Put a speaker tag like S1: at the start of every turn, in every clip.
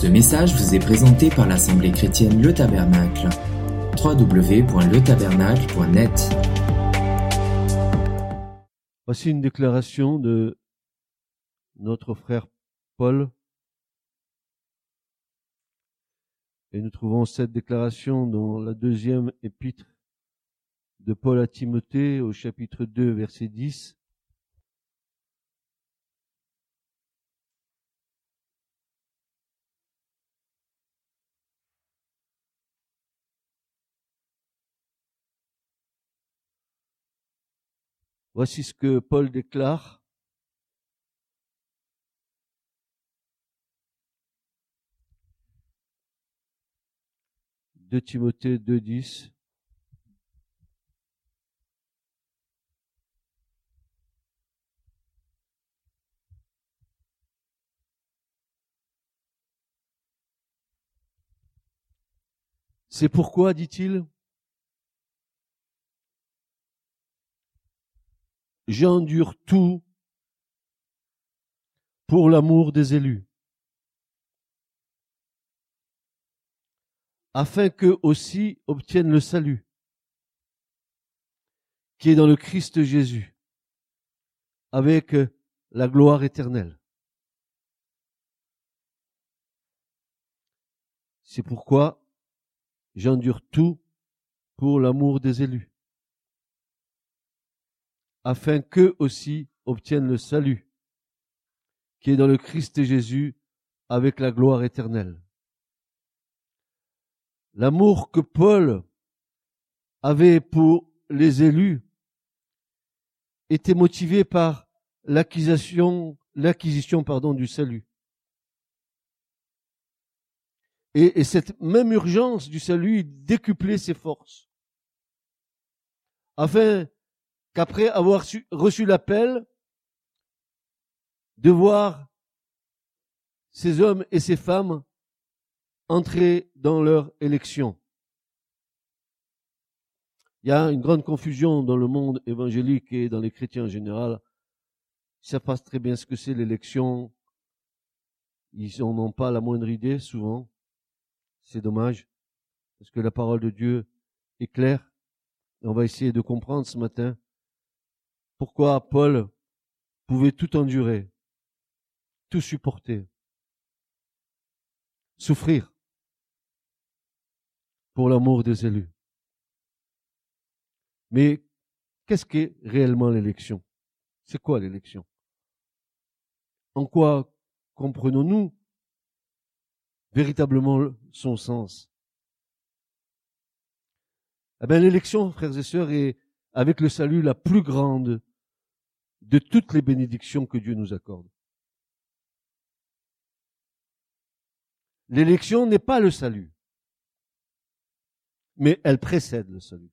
S1: Ce message vous est présenté par l'Assemblée chrétienne Le Tabernacle. www.letabernacle.net.
S2: Voici une déclaration de notre frère Paul. Et nous trouvons cette déclaration dans la deuxième épître de Paul à Timothée au chapitre 2, verset 10. Voici ce que Paul déclare. De Timothée 2, 10. C'est pourquoi, dit-il, j'endure tout pour l'amour des élus, afin qu'eux aussi obtiennent le salut, qui est dans le Christ Jésus, avec la gloire éternelle. C'est pourquoi j'endure tout pour l'amour des élus, afin qu'eux aussi obtiennent le salut, qui est dans le Christ Jésus, avec la gloire éternelle. L'amour que Paul avait pour les élus était motivé par l'acquisition du salut. Et cette même urgence du salut décuplait ses forces, afin qu'après avoir reçu l'appel de voir ces hommes et ces femmes entrer dans leur élection. Il y a une grande confusion dans le monde évangélique et dans les chrétiens en général. Ils savent pas très bien ce que c'est l'élection. Ils n'en ont pas la moindre idée, souvent. C'est dommage, parce que la parole de Dieu est claire. Et on va essayer de comprendre ce matin pourquoi Paul pouvait tout endurer, tout supporter, souffrir pour l'amour des élus. Mais qu'est-ce qu'est réellement l'élection? C'est quoi l'élection? En quoi comprenons-nous véritablement son sens? Eh bien, l'élection, frères et sœurs, est, avec le salut, la plus grande de toutes les bénédictions que Dieu nous accorde. L'élection n'est pas le salut, mais elle précède le salut.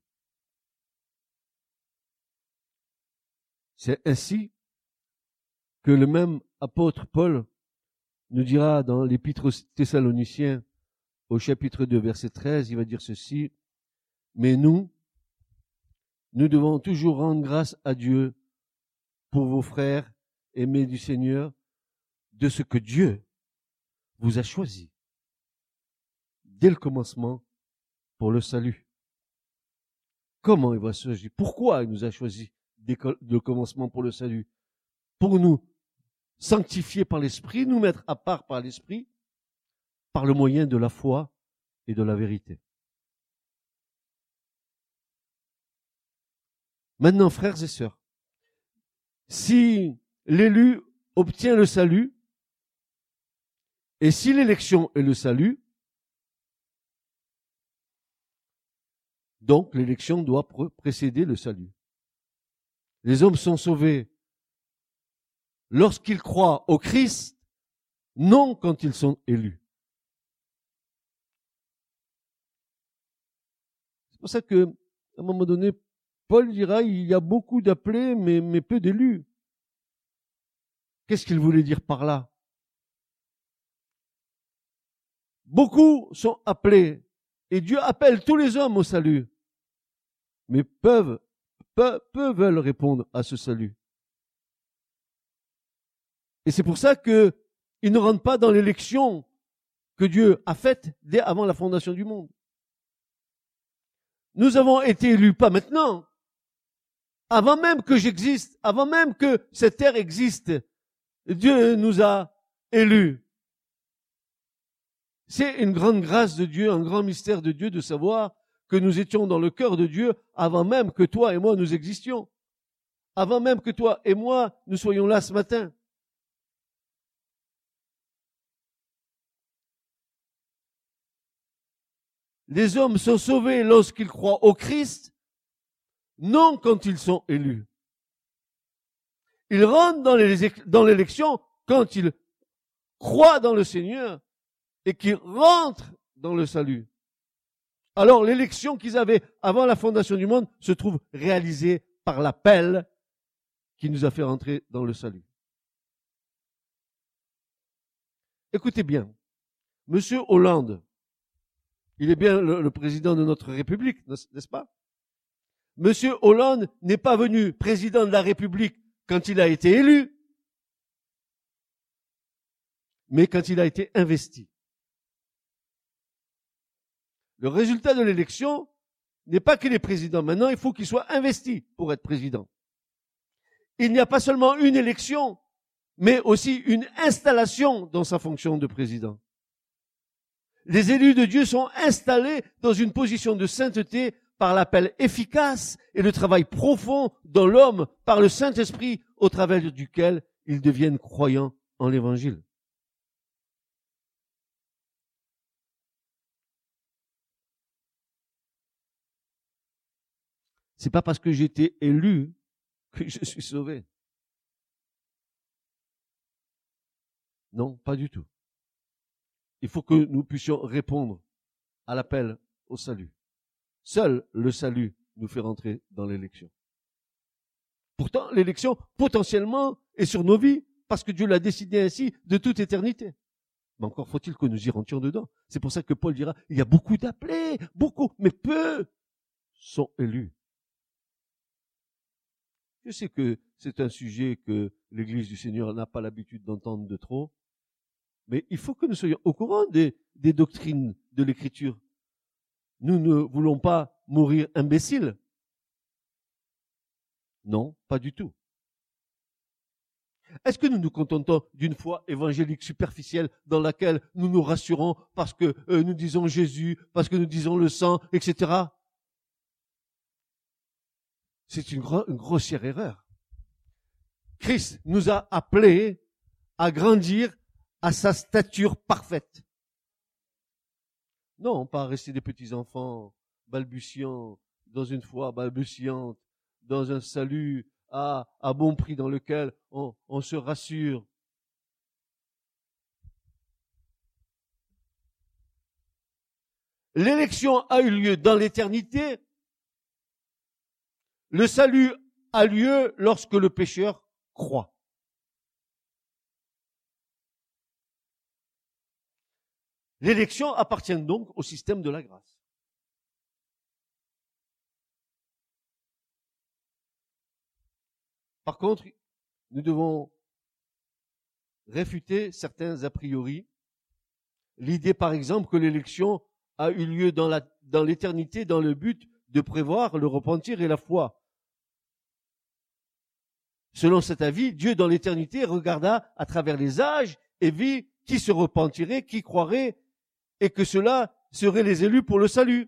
S2: C'est ainsi que le même apôtre Paul nous dira dans l'épître aux Thessaloniciens au chapitre 2 verset 13, il va dire ceci: mais nous devons toujours rendre grâce à Dieu pour vos frères aimés du Seigneur, de ce que Dieu vous a choisi dès le commencement pour le salut. Comment il va choisir? Pourquoi il nous a choisi dès le commencement pour le salut? Pour nous sanctifier par l'Esprit, nous mettre à part par l'Esprit, par le moyen de la foi et de la vérité. Maintenant, frères et sœurs, si l'élu obtient le salut, et si l'élection est le salut, donc l'élection doit précéder le salut. Les hommes sont sauvés lorsqu'ils croient au Christ, non quand ils sont élus. C'est pour ça que, à un moment donné, Paul dira, il y a beaucoup d'appelés, mais peu d'élus. Qu'est-ce qu'il voulait dire par là? Beaucoup sont appelés, et Dieu appelle tous les hommes au salut, mais peu veulent répondre à ce salut. Et c'est pour ça que ils ne rentrent pas dans l'élection que Dieu a faites dès avant la fondation du monde. Nous avons été élus, pas maintenant, avant même que j'existe, avant même que cette terre existe. Dieu nous a élus. C'est une grande grâce de Dieu, un grand mystère de Dieu de savoir que nous étions dans le cœur de Dieu avant même que toi et moi nous existions. Avant même que toi et moi nous soyons là ce matin. Les hommes sont sauvés lorsqu'ils croient au Christ, non quand ils sont élus. Ils rentrent dans l'élection quand ils croient dans le Seigneur et qu'ils rentrent dans le salut. Alors l'élection qu'ils avaient avant la fondation du monde se trouve réalisée par l'appel qui nous a fait rentrer dans le salut. Écoutez bien, Monsieur Hollande, il est bien le président de notre République, n'est-ce pas? Monsieur Hollande n'est pas venu président de la République quand il a été élu, mais quand il a été investi. Le résultat de l'élection n'est pas qu'il est président. Maintenant, il faut qu'il soit investi pour être président. Il n'y a pas seulement une élection, mais aussi une installation dans sa fonction de président. Les élus de Dieu sont installés dans une position de sainteté par l'appel efficace et le travail profond dans l'homme par le Saint-Esprit au travers duquel ils deviennent croyants en l'Évangile. C'est pas parce que j'ai été élu que je suis sauvé. Non, pas du tout. Il faut que nous puissions répondre à l'appel au salut. Seul le salut nous fait rentrer dans l'élection. Pourtant, l'élection, potentiellement, est sur nos vies, parce que Dieu l'a décidé ainsi de toute éternité. Mais encore faut-il que nous y rentrions dedans. C'est pour ça que Paul dira, il y a beaucoup d'appelés, beaucoup, mais peu sont élus. Je sais que c'est un sujet que l'Église du Seigneur n'a pas l'habitude d'entendre de trop, mais il faut que nous soyons au courant des doctrines de l'Écriture. Nous ne voulons pas mourir imbéciles. Non, pas du tout. Est-ce que nous nous contentons d'une foi évangélique superficielle dans laquelle nous nous rassurons parce que nous disons Jésus, parce que nous disons le sang, etc. C'est une grossière erreur. Christ nous a appelés à grandir à sa stature parfaite. Non, pas rester des petits enfants balbutiants, dans une foi balbutiante, dans un salut à bon prix dans lequel on se rassure. L'élection a eu lieu dans l'éternité. Le salut a lieu lorsque le pécheur croit. L'élection appartient donc au système de la grâce. Par contre, nous devons réfuter certains a priori. L'idée, par exemple, que l'élection a eu lieu dans l'éternité dans le but de prévoir le repentir et la foi. Selon cet avis, Dieu dans l'éternité regarda à travers les âges et vit qui se repentirait, qui croirait, et que ceux-là seraient les élus pour le salut.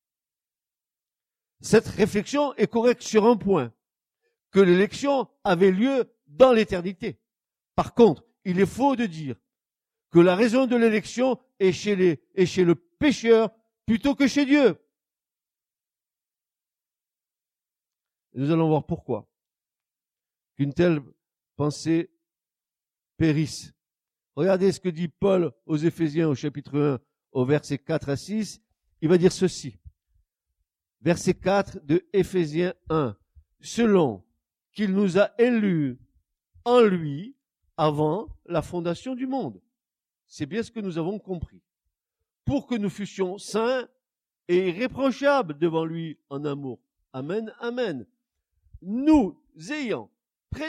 S2: Cette réflexion est correcte sur un point, que l'élection avait lieu dans l'éternité. Par contre, il est faux de dire que la raison de l'élection est chez le pécheur plutôt que chez Dieu. Nous allons voir pourquoi qu'une telle pensée périsse. Regardez ce que dit Paul aux Éphésiens au chapitre 1, au verset 4 à 6. Il va dire ceci. Verset 4 de Éphésiens 1. Selon qu'il nous a élus en lui avant la fondation du monde. C'est bien ce que nous avons compris. Pour que nous fussions saints et irréprochables devant lui en amour. Amen, amen. Nous ayant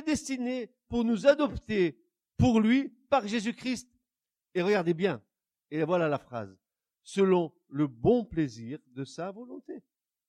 S2: prédestinés pour nous adopter pour lui par Jésus-Christ. Et regardez bien, Et voilà la phrase. Selon le bon plaisir de sa volonté.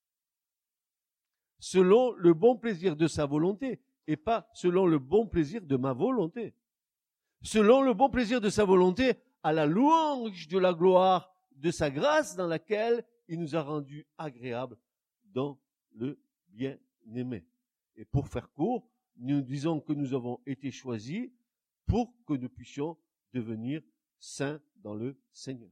S2: Selon le bon plaisir de sa volonté, et pas selon le bon plaisir de ma volonté. Selon le bon plaisir de sa volonté, à la louange de la gloire de sa grâce dans laquelle il nous a rendus agréables dans le bien-aimé. Et pour faire court, nous disons que nous avons été choisis pour que nous puissions devenir saints dans le Seigneur.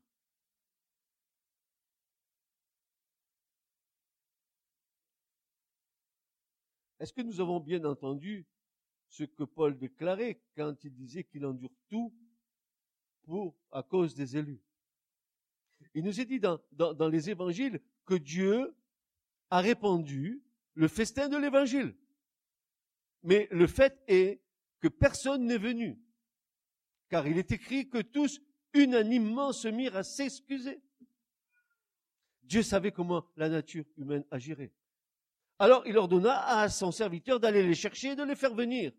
S2: Est-ce que nous avons bien entendu ce que Paul déclarait quand il disait qu'il endure tout à cause des élus? Il nous est dit dans les évangiles que Dieu a répandu le festin de l'évangile. Mais le fait est que personne n'est venu, car il est écrit que tous unanimement se mirent à s'excuser. Dieu savait comment la nature humaine agirait. Alors il ordonna à son serviteur d'aller les chercher et de les faire venir.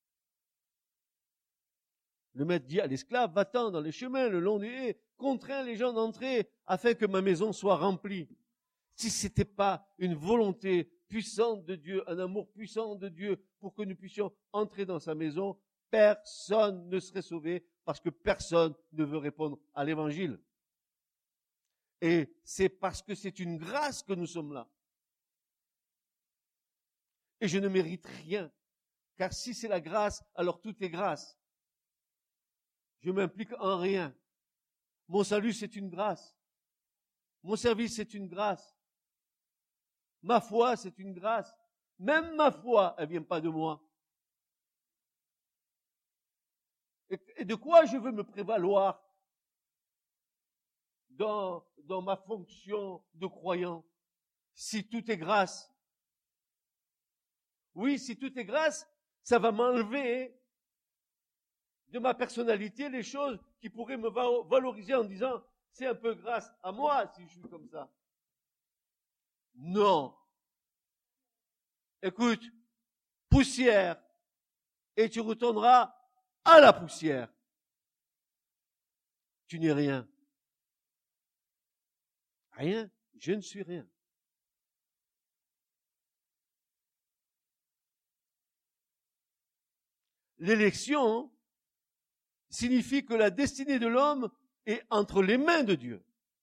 S2: Le maître dit à l'esclave, va-t'en dans les chemins, le long des haies, contrains les gens d'entrer, afin que ma maison soit remplie. Si c'était pas une volonté puissante de Dieu, un amour puissant de Dieu, pour que nous puissions entrer dans sa maison, personne ne serait sauvé, parce que personne ne veut répondre à l'évangile. Et c'est parce que c'est une grâce que nous sommes là. Et je ne mérite rien, car si c'est la grâce, alors tout est grâce. Je m'implique en rien. Mon salut, c'est une grâce. Mon service, c'est une grâce. Ma foi, c'est une grâce. Même ma foi, elle vient pas de moi. Et de quoi je veux me prévaloir dans ma fonction de croyant, si tout est grâce? Oui, si tout est grâce, ça va m'enlever de ma personnalité les choses qui pourraient me valoriser en disant c'est un peu grâce à moi si je suis comme ça. Non. Écoute, poussière, et tu retourneras à la poussière. Tu n'es rien. Rien, je ne suis rien. L'élection signifie que la destinée de l'homme est entre les mains de Dieu.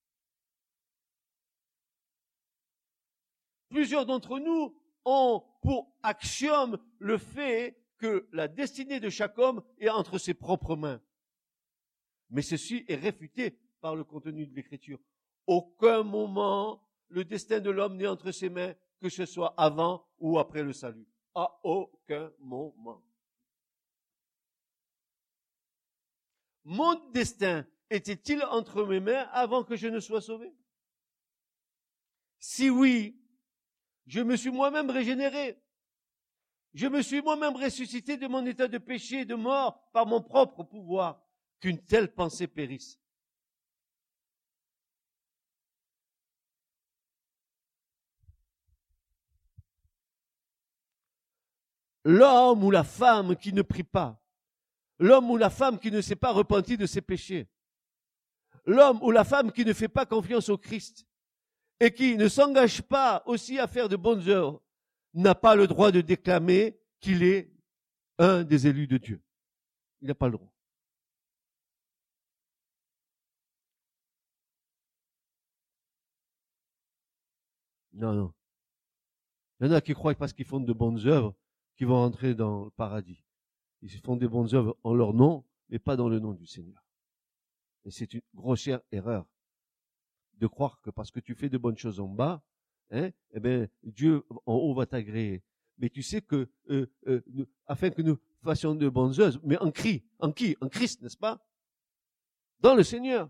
S2: Plusieurs d'entre nous ont pour axiome le fait que la destinée de chaque homme est entre ses propres mains. Mais ceci est réfuté par le contenu de l'Écriture. Aucun moment le destin de l'homme n'est entre ses mains, que ce soit avant ou après le salut. À aucun moment. Mon destin était-il entre mes mains avant que je ne sois sauvé? Si oui, je me suis moi-même régénéré. Je me suis moi-même ressuscité de mon état de péché et de mort par mon propre pouvoir. Qu'une telle pensée périsse. L'homme ou la femme qui ne prie pas, l'homme ou la femme qui ne s'est pas repenti de ses péchés, l'homme ou la femme qui ne fait pas confiance au Christ et qui ne s'engage pas aussi à faire de bonnes œuvres, n'a pas le droit de déclamer qu'il est un des élus de Dieu. Il n'a pas le droit. Non, non. Il y en a qui croient parce qu'ils font de bonnes œuvres qu'ils vont entrer dans le paradis. Ils font des bonnes œuvres en leur nom, mais pas dans le nom du Seigneur. Et c'est une grossière erreur de croire que parce que tu fais de bonnes choses en bas, eh bien, Dieu en haut va t'agréer. Mais tu sais que, afin que nous fassions de bonnes œuvres, mais en qui? En Christ, n'est-ce pas? Dans le Seigneur.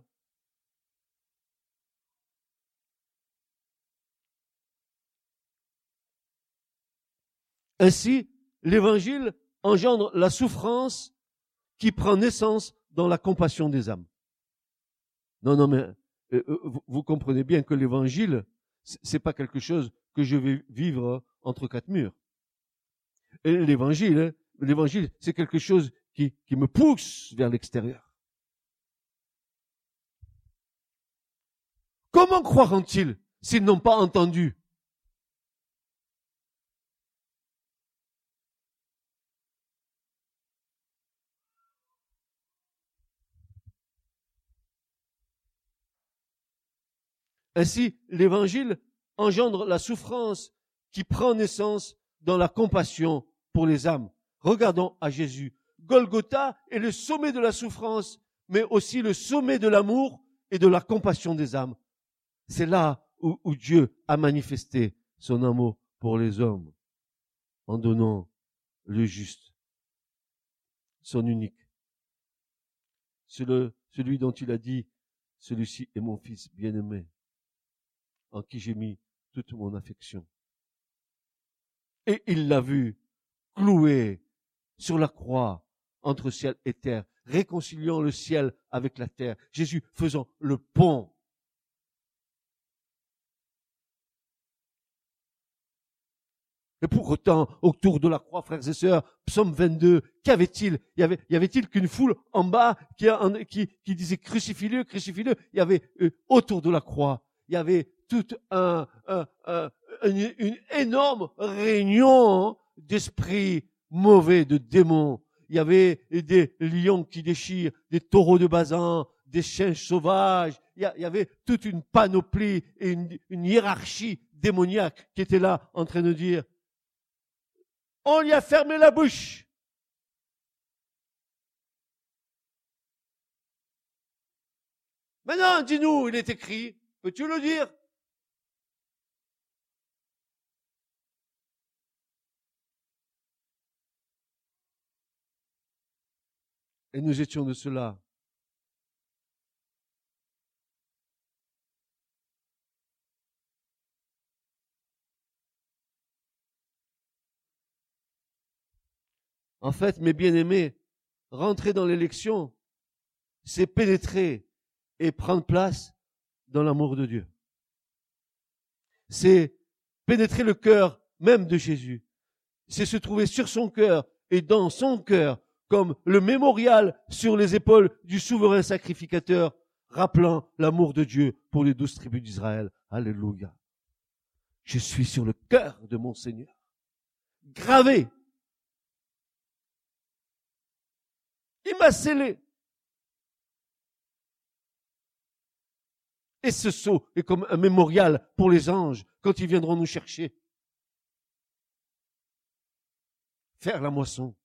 S2: Ainsi, l'évangile engendre la souffrance qui prend naissance dans la compassion des âmes. Non, mais vous comprenez bien que l'évangile, c'est pas quelque chose que je vais vivre entre quatre murs. Et l'évangile, c'est quelque chose qui me pousse vers l'extérieur. comment croiront-ils s'ils n'ont pas entendu? Ainsi, l'évangile engendre la souffrance qui prend naissance dans la compassion pour les âmes. Regardons à Jésus. Golgotha est le sommet de la souffrance, mais aussi le sommet de l'amour et de la compassion des âmes. C'est là où Dieu a manifesté son amour pour les hommes, en donnant le juste, son unique. Celui dont il a dit, celui-ci est mon fils bien-aimé, en qui j'ai mis toute mon affection. Et il l'a vu cloué sur la croix entre ciel et terre, réconciliant le ciel avec la terre. Jésus faisant le pont. Et pour autant, autour de la croix, frères et sœurs, psaume 22, qu'avait-il? Y avait-il qu'une foule en bas qui disait crucifie-le, crucifie-le? Il y avait autour de la croix, il y avait toute une énorme réunion d'esprits mauvais, de démons. Il y avait des lions qui déchirent, des taureaux de Basan, des chiens sauvages. Il y avait toute une panoplie et une hiérarchie démoniaque qui était là en train de dire on lui a fermé la bouche. Maintenant, dis-nous, il est écrit, peux-tu le dire? Et nous étions de cela. En fait, mes bien-aimés, rentrer dans l'élection, c'est pénétrer et prendre place dans l'amour de Dieu. C'est pénétrer le cœur même de Jésus. C'est se trouver sur son cœur et dans son cœur comme le mémorial sur les épaules du souverain sacrificateur, rappelant l'amour de Dieu pour les 12 tribus d'Israël. Alléluia. Je suis sur le cœur de mon Seigneur. Gravé. Il m'a scellé. Et ce sceau est comme un mémorial pour les anges quand ils viendront nous chercher. Faire la moisson.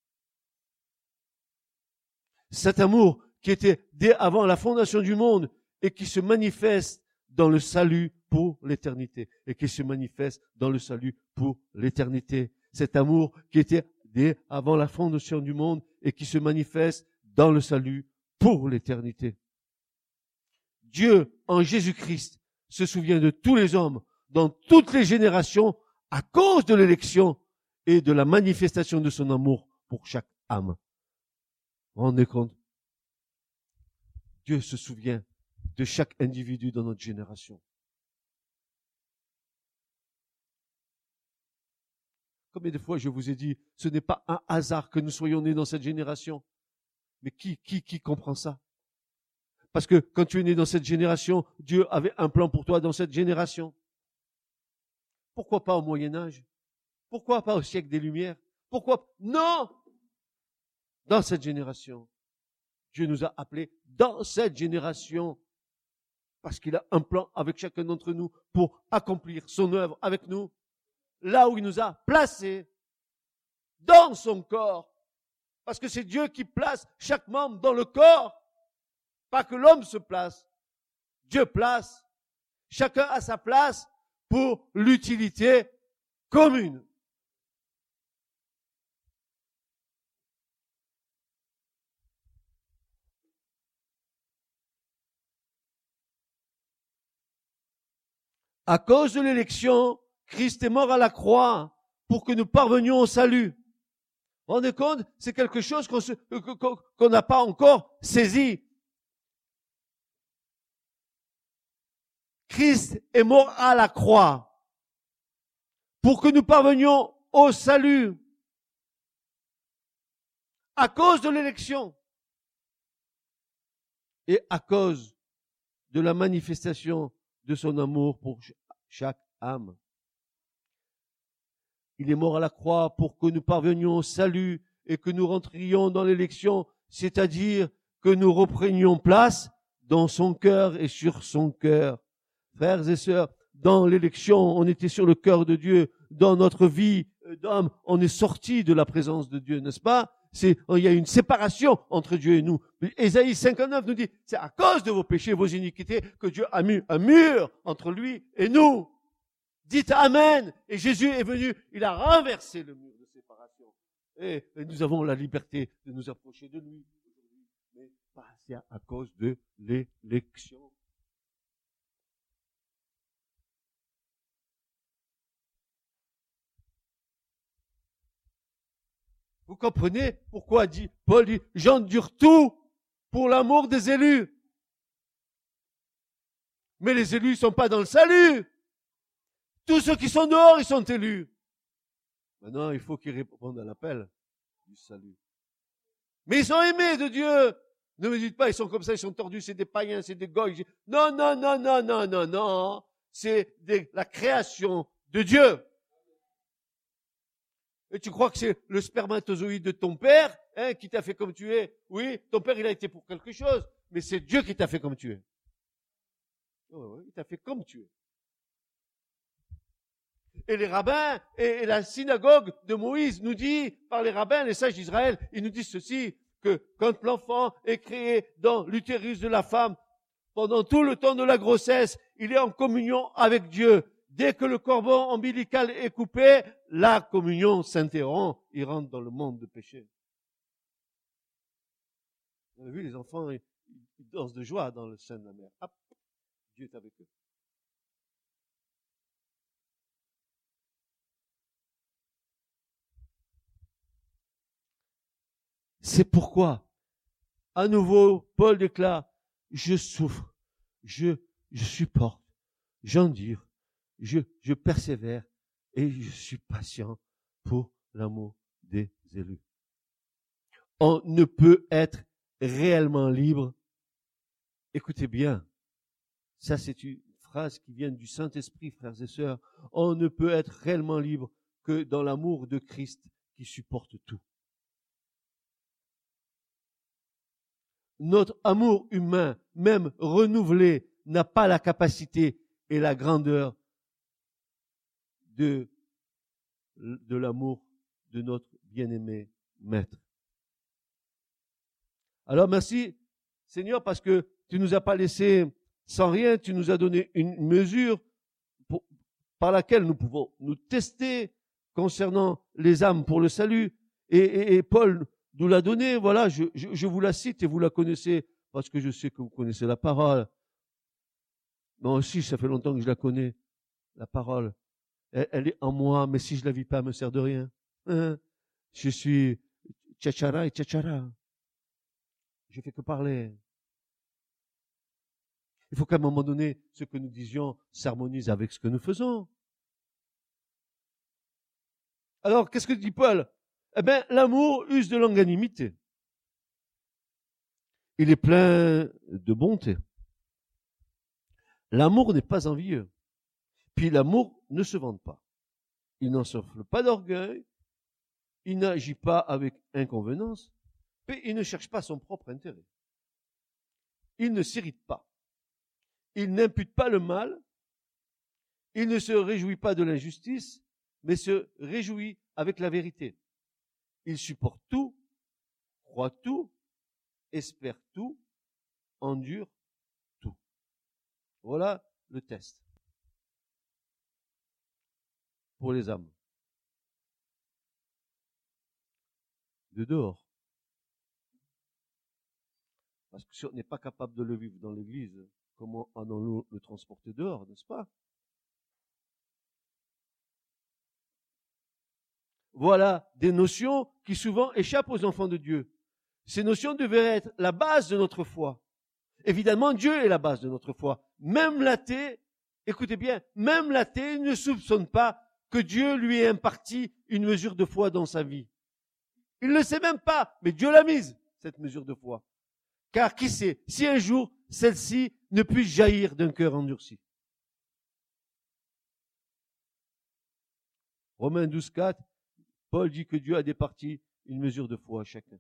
S2: Cet amour qui était dès avant la fondation du monde et qui se manifeste dans le salut pour l'éternité. Et qui se manifeste dans le salut pour l'éternité. Cet amour qui était dès avant la fondation du monde et qui se manifeste dans le salut pour l'éternité. Dieu, en Jésus-Christ, se souvient de tous les hommes, dans toutes les générations, à cause de l'élection et de la manifestation de son amour pour chaque âme. Vous vous rendez compte? Dieu se souvient de chaque individu dans notre génération. Combien de fois je vous ai dit, ce n'est pas un hasard que nous soyons nés dans cette génération. Mais qui comprend ça? Parce que quand tu es né dans cette génération, Dieu avait un plan pour toi dans cette génération. Pourquoi pas au Moyen-Âge? Pourquoi pas au siècle des Lumières? Pourquoi? Non! Dans cette génération. Dieu nous a appelés dans cette génération. Parce qu'il a un plan avec chacun d'entre nous pour accomplir son œuvre avec nous. Là où il nous a placés. Dans son corps. Parce que c'est Dieu qui place chaque membre dans le corps. Pas que l'homme se place. Dieu place. Chacun a sa place pour l'utilité commune. À cause de l'élection, Christ est mort à la croix pour que nous parvenions au salut. Vous vous rendez compte? C'est quelque chose qu'on n'a pas encore saisi. Christ est mort à la croix pour que nous parvenions au salut à cause de l'élection et à cause de la manifestation de son amour pour chaque âme. Il est mort à la croix pour que nous parvenions au salut et que nous rentrions dans l'élection, c'est-à-dire que nous reprenions place dans son cœur et sur son cœur. Frères et sœurs, dans l'élection, on était sur le cœur de Dieu. Dans notre vie d'homme, on est sorti de la présence de Dieu, n'est-ce pas? Il y a une séparation entre Dieu et nous. Ésaïe 59 nous dit, c'est à cause de vos péchés, vos iniquités, que Dieu a mis un mur entre lui et nous. Dites Amen. Et Jésus est venu, il a renversé le mur de séparation. Et nous avons la liberté de nous approcher de lui aujourd'hui. Mais pas à cause de l'élection. Vous comprenez pourquoi Paul dit, j'endure tout pour l'amour des élus. Mais les élus ne sont pas dans le salut. Tous ceux qui sont dehors, ils sont élus. Maintenant, il faut qu'ils répondent à l'appel du salut. Mais ils sont aimés de Dieu. Ne me dites pas, ils sont comme ça, ils sont tordus, c'est des païens, c'est des goïs. Non, non, non, non, non, non, non. C'est la création de Dieu. Et tu crois que c'est le spermatozoïde de ton père, qui t'a fait comme tu es? Oui, ton père, il a été pour quelque chose, mais c'est Dieu qui t'a fait comme tu es. Oh, il t'a fait comme tu es. Et les rabbins et la synagogue de Moïse nous dit, par les rabbins, les sages d'Israël, ils nous disent ceci, que quand l'enfant est créé dans l'utérus de la femme, pendant tout le temps de la grossesse, il est en communion avec Dieu. Dès que le cordon ombilical est coupé, la communion s'interrompt, il rentre dans le monde de péché. Vous avez vu, les enfants, ils dansent de joie dans le sein de la mère. Hop, Dieu est avec eux. C'est pourquoi, à nouveau, Paul déclare, je souffre, je supporte, j'endure, je persévère et je suis patient pour l'amour des élus. On ne peut être réellement libre. Écoutez bien, ça c'est une phrase qui vient du Saint-Esprit, frères et sœurs. On ne peut être réellement libre que dans l'amour de Christ qui supporte tout. Notre amour humain, même renouvelé, n'a pas la capacité et la grandeur de l'amour de notre bien-aimé Maître. Alors merci Seigneur parce que tu nous as pas laissé sans rien, tu nous as donné une mesure par laquelle nous pouvons nous tester concernant les âmes pour le salut. Et Paul nous l'a donné, voilà, je vous la cite et vous la connaissez parce que je sais que vous connaissez la parole. Moi aussi, ça fait longtemps que je la connais, la parole. Elle est en moi, mais si je la vis pas, elle me sert de rien. Je suis tchatchara et tchatchara. Je fais que parler. Il faut qu'à un moment donné, ce que nous disions s'harmonise avec ce que nous faisons. Alors, qu'est-ce que dit Paul? Eh bien, l'amour use de longanimité. Il est plein de bonté. L'amour n'est pas envieux. Puis l'amour ne se vante pas. Il n'en s'enfle pas d'orgueil. Il n'agit pas avec inconvenance. Et il ne cherche pas son propre intérêt. Il ne s'irrite pas. Il n'impute pas le mal. Il ne se réjouit pas de l'injustice, mais se réjouit avec la vérité. Il supporte tout, croit tout, espère tout, endure tout. Voilà le test pour les âmes. De dehors. Parce que si on n'est pas capable de le vivre dans l'église, comment allons-nous le transporter dehors, n'est-ce pas? Voilà des notions qui souvent échappent aux enfants de Dieu. Ces notions devraient être la base de notre foi. Évidemment, Dieu est la base de notre foi. Même l'athée, écoutez bien, même l'athée ne soupçonne pas que Dieu lui ait imparti une mesure de foi dans sa vie. Il ne le sait même pas, mais Dieu l'a mise, cette mesure de foi. Car qui sait, si un jour, celle-ci ne puisse jaillir d'un cœur endurci. Romains 12,4, Paul dit que Dieu a départi une mesure de foi à chacun.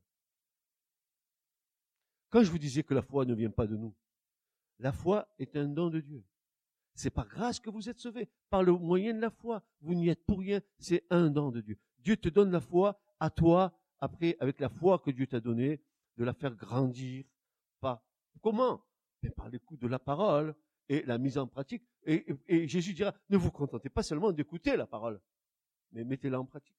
S2: Quand je vous disais que la foi ne vient pas de nous, la foi est un don de Dieu. C'est par grâce que vous êtes sauvés, par le moyen de la foi. Vous n'y êtes pour rien, c'est un don de Dieu. Dieu te donne la foi, à toi, après, avec la foi que Dieu t'a donnée, de la faire grandir. Comment? Mais par l'écoute de la parole et la mise en pratique. Et Jésus dira, ne vous contentez pas seulement d'écouter la parole, mais mettez-la en pratique.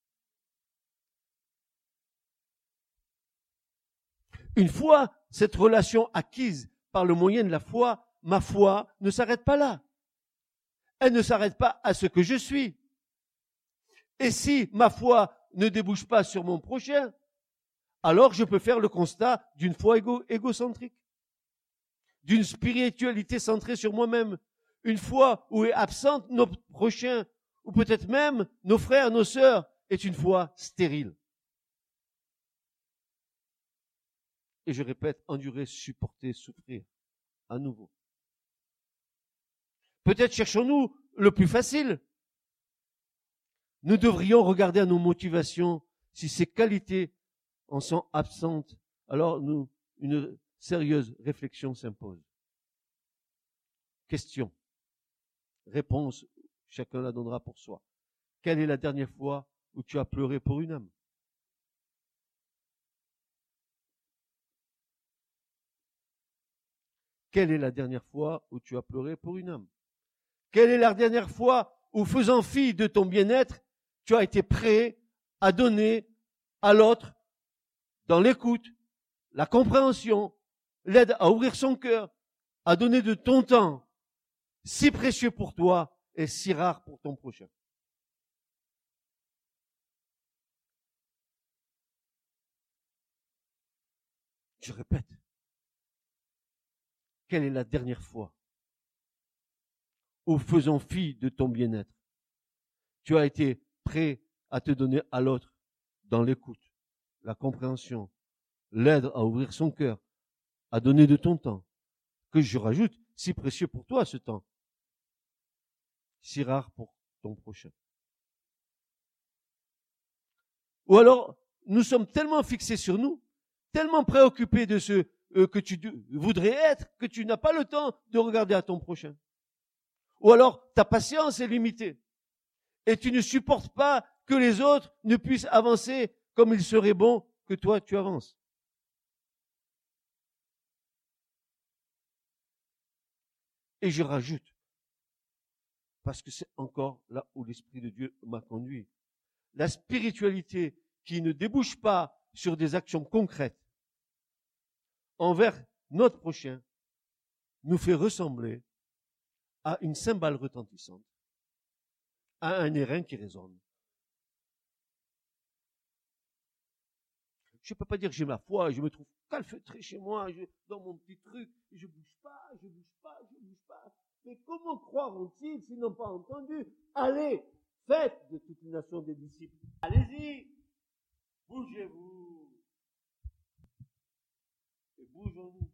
S2: Une fois cette relation acquise par le moyen de la foi, ma foi ne s'arrête pas là. Elle ne s'arrête pas à ce que je suis. Et si ma foi ne débouche pas sur mon prochain, alors je peux faire le constat d'une foi égocentrique, d'une spiritualité centrée sur moi-même, une foi où est absente notre prochain, ou peut-être même nos frères, nos sœurs, est une foi stérile. Et je répète, endurer, supporter, souffrir, à nouveau. Peut-être cherchons-nous le plus facile. Nous devrions regarder à nos motivations. Si ces qualités en sont absentes, alors une sérieuse réflexion s'impose. Question. Réponse, chacun la donnera pour soi. Quelle est la dernière fois où tu as pleuré pour une âme? Quelle est la dernière fois où tu as pleuré pour une âme? Quelle est la dernière fois où, faisant fi de ton bien-être, tu as été prêt à donner à l'autre, dans l'écoute, la compréhension, l'aide à ouvrir son cœur, à donner de ton temps, si précieux pour toi et si rare pour ton prochain? Je répète. Quelle est la dernière fois où, faisant fi de ton bien-être, tu as été prêt à te donner à l'autre dans l'écoute, la compréhension, l'aide à ouvrir son cœur, à donner de ton temps, que je rajoute, si précieux pour toi ce temps, si rare pour ton prochain? Ou alors, nous sommes tellement fixés sur nous, tellement préoccupés de ce que tu voudrais être, que tu n'as pas le temps de regarder à ton prochain. Ou alors, ta patience est limitée. Et tu ne supportes pas que les autres ne puissent avancer comme il serait bon que toi tu avances. Et je rajoute, parce que c'est encore là où l'Esprit de Dieu m'a conduit. La spiritualité qui ne débouche pas sur des actions concrètes envers notre prochain nous fait ressembler à une cymbale retentissante, à un airain qui résonne. Je ne peux pas dire que j'ai ma foi, je me trouve calfeutré chez moi, dans mon petit truc, je bouge pas. Mais comment croiront-ils s'ils n'ont pas entendu? Allez, faites de toute une nation des disciples. Allez-y, bougez-vous. Et bougeons-nous.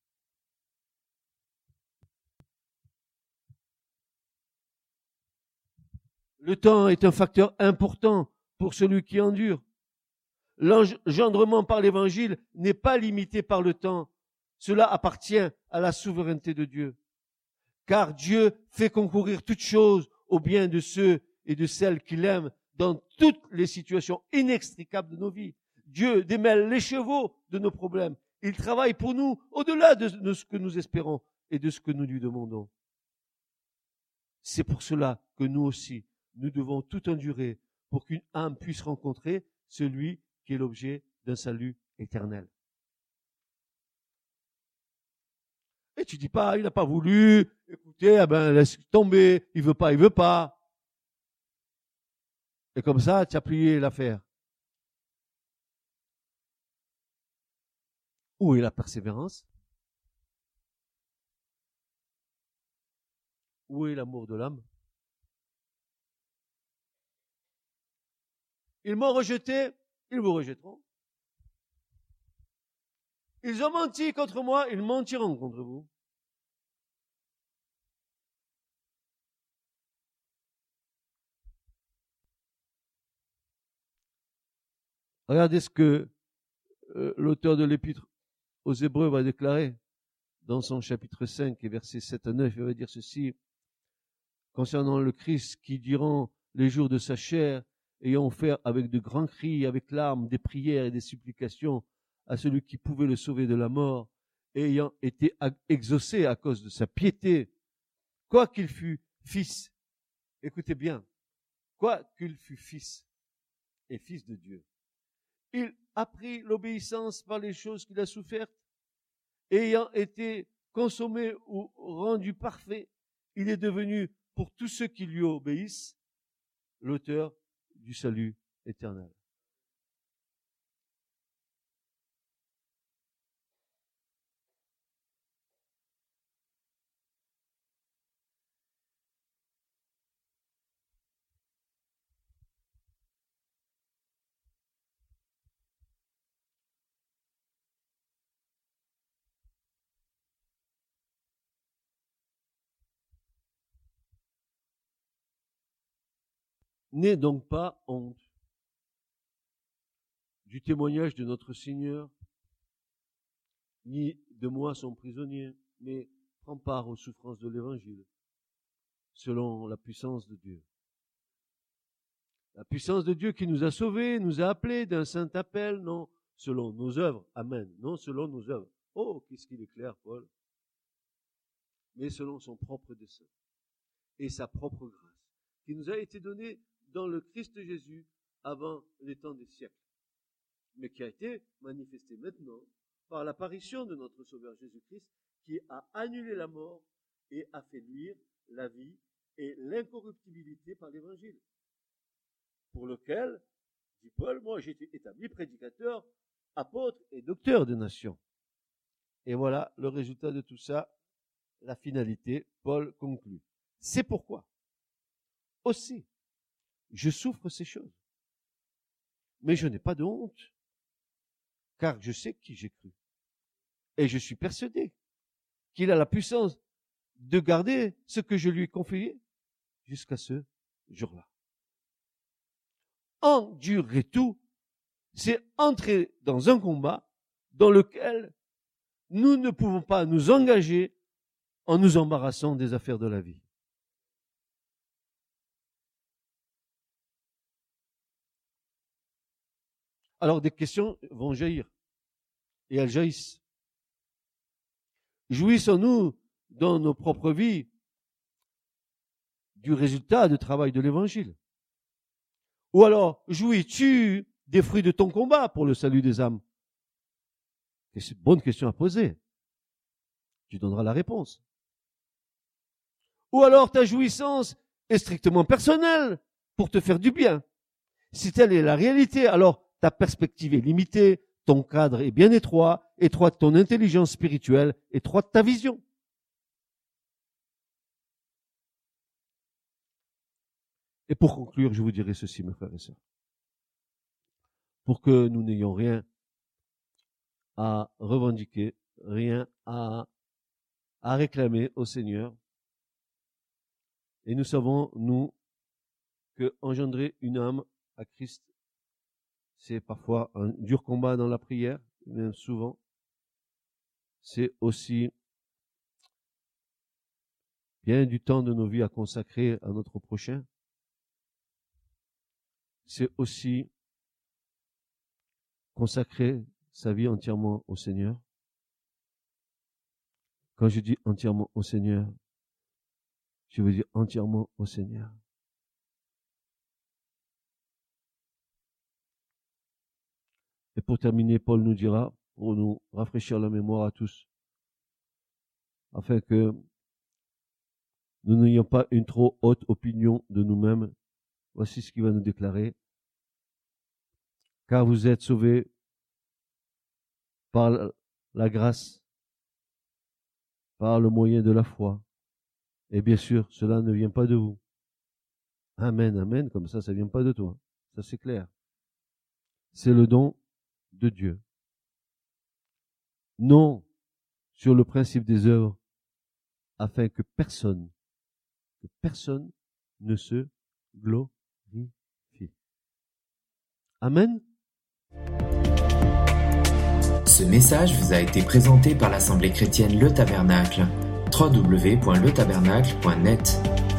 S2: Le temps est un facteur important pour celui qui endure. L'engendrement par l'évangile n'est pas limité par le temps. Cela appartient à la souveraineté de Dieu. Car Dieu fait concourir toutes choses au bien de ceux et de celles qu'il aime dans toutes les situations inextricables de nos vies. Dieu démêle les chevaux de nos problèmes. Il travaille pour nous au-delà de ce que nous espérons et de ce que nous lui demandons. C'est pour cela que nous aussi, nous devons tout endurer pour qu'une âme puisse rencontrer celui qui est l'objet d'un salut éternel. Et tu dis pas, il n'a pas voulu, écoutez, eh ben, laisse tomber, il veut pas. Et comme ça, tu as plié l'affaire. Où est la persévérance? Où est l'amour de l'âme? Ils m'ont rejeté, ils vous rejetteront. Ils ont menti contre moi, ils mentiront contre vous. Regardez ce que l'auteur de l'Épître aux Hébreux va déclarer dans son chapitre 5 et versets 7 à 9. Il va dire ceci concernant le Christ qui, durant les jours de sa chair, ayant offert avec de grands cris, avec larmes, des prières et des supplications à celui qui pouvait le sauver de la mort, et ayant été exaucé à cause de sa piété, quoiqu'il fût fils, écoutez bien, quoiqu'il fût fils et fils de Dieu, il apprit l'obéissance par les choses qu'il a souffertes, et ayant été consommé ou rendu parfait, il est devenu, pour tous ceux qui lui obéissent, l'auteur du salut éternel. N'aie donc pas honte du témoignage de notre Seigneur, ni de moi son prisonnier, mais prends part aux souffrances de l'Évangile, selon la puissance de Dieu. La puissance de Dieu qui nous a sauvés, nous a appelés d'un saint appel, non selon nos œuvres, amen, non selon nos œuvres. Oh, qu'est-ce qu'il est clair, Paul. Mais selon son propre dessein et sa propre grâce, qui nous a été donnée dans le Christ Jésus avant les temps des siècles, mais qui a été manifestée maintenant par l'apparition de notre Sauveur Jésus-Christ, qui a annulé la mort et a fait luire la vie et l'incorruptibilité par l'Évangile, pour lequel, dit Paul, moi j'ai été établi prédicateur, apôtre et docteur des nations. Et voilà le résultat de tout ça, la finalité. Paul conclut. C'est pourquoi aussi je souffre ces choses, mais je n'ai pas de honte, car je sais qui j'ai cru. Et je suis persuadé qu'il a la puissance de garder ce que je lui ai confié jusqu'à ce jour-là. Endurer tout, c'est entrer dans un combat dans lequel nous ne pouvons pas nous engager en nous embarrassant des affaires de la vie. Alors des questions vont jaillir, et elles jaillissent. Jouissons-nous dans nos propres vies du résultat du travail de l'Évangile? Ou alors, jouis-tu des fruits de ton combat pour le salut des âmes? C'est une bonne question à poser. Tu donneras la réponse. Ou alors ta jouissance est strictement personnelle pour te faire du bien. Si telle est la réalité, alors ta perspective est limitée, ton cadre est bien étroite ton intelligence spirituelle, étroite ta vision. Et pour conclure, je vous dirai ceci, mes frères et sœurs. Pour que nous n'ayons rien à revendiquer, rien à réclamer au Seigneur. Et nous savons, nous, que engendrer une âme à Christ, c'est parfois un dur combat dans la prière, même souvent. C'est aussi bien du temps de nos vies à consacrer à notre prochain. C'est aussi consacrer sa vie entièrement au Seigneur. Quand je dis entièrement au Seigneur, je veux dire entièrement au Seigneur. Et pour terminer, Paul nous dira, pour nous rafraîchir la mémoire à tous, afin que nous n'ayons pas une trop haute opinion de nous-mêmes, voici ce qu'il va nous déclarer. Car vous êtes sauvés par la grâce, par le moyen de la foi. Et bien sûr, cela ne vient pas de vous. Amen, amen, comme ça vient pas de toi. Ça c'est clair. C'est le don de Dieu. Non sur le principe des œuvres, afin que personne ne se glorifie. Amen.
S1: Ce message vous a été présenté par l'Assemblée chrétienne Le Tabernacle. www.letabernacle.net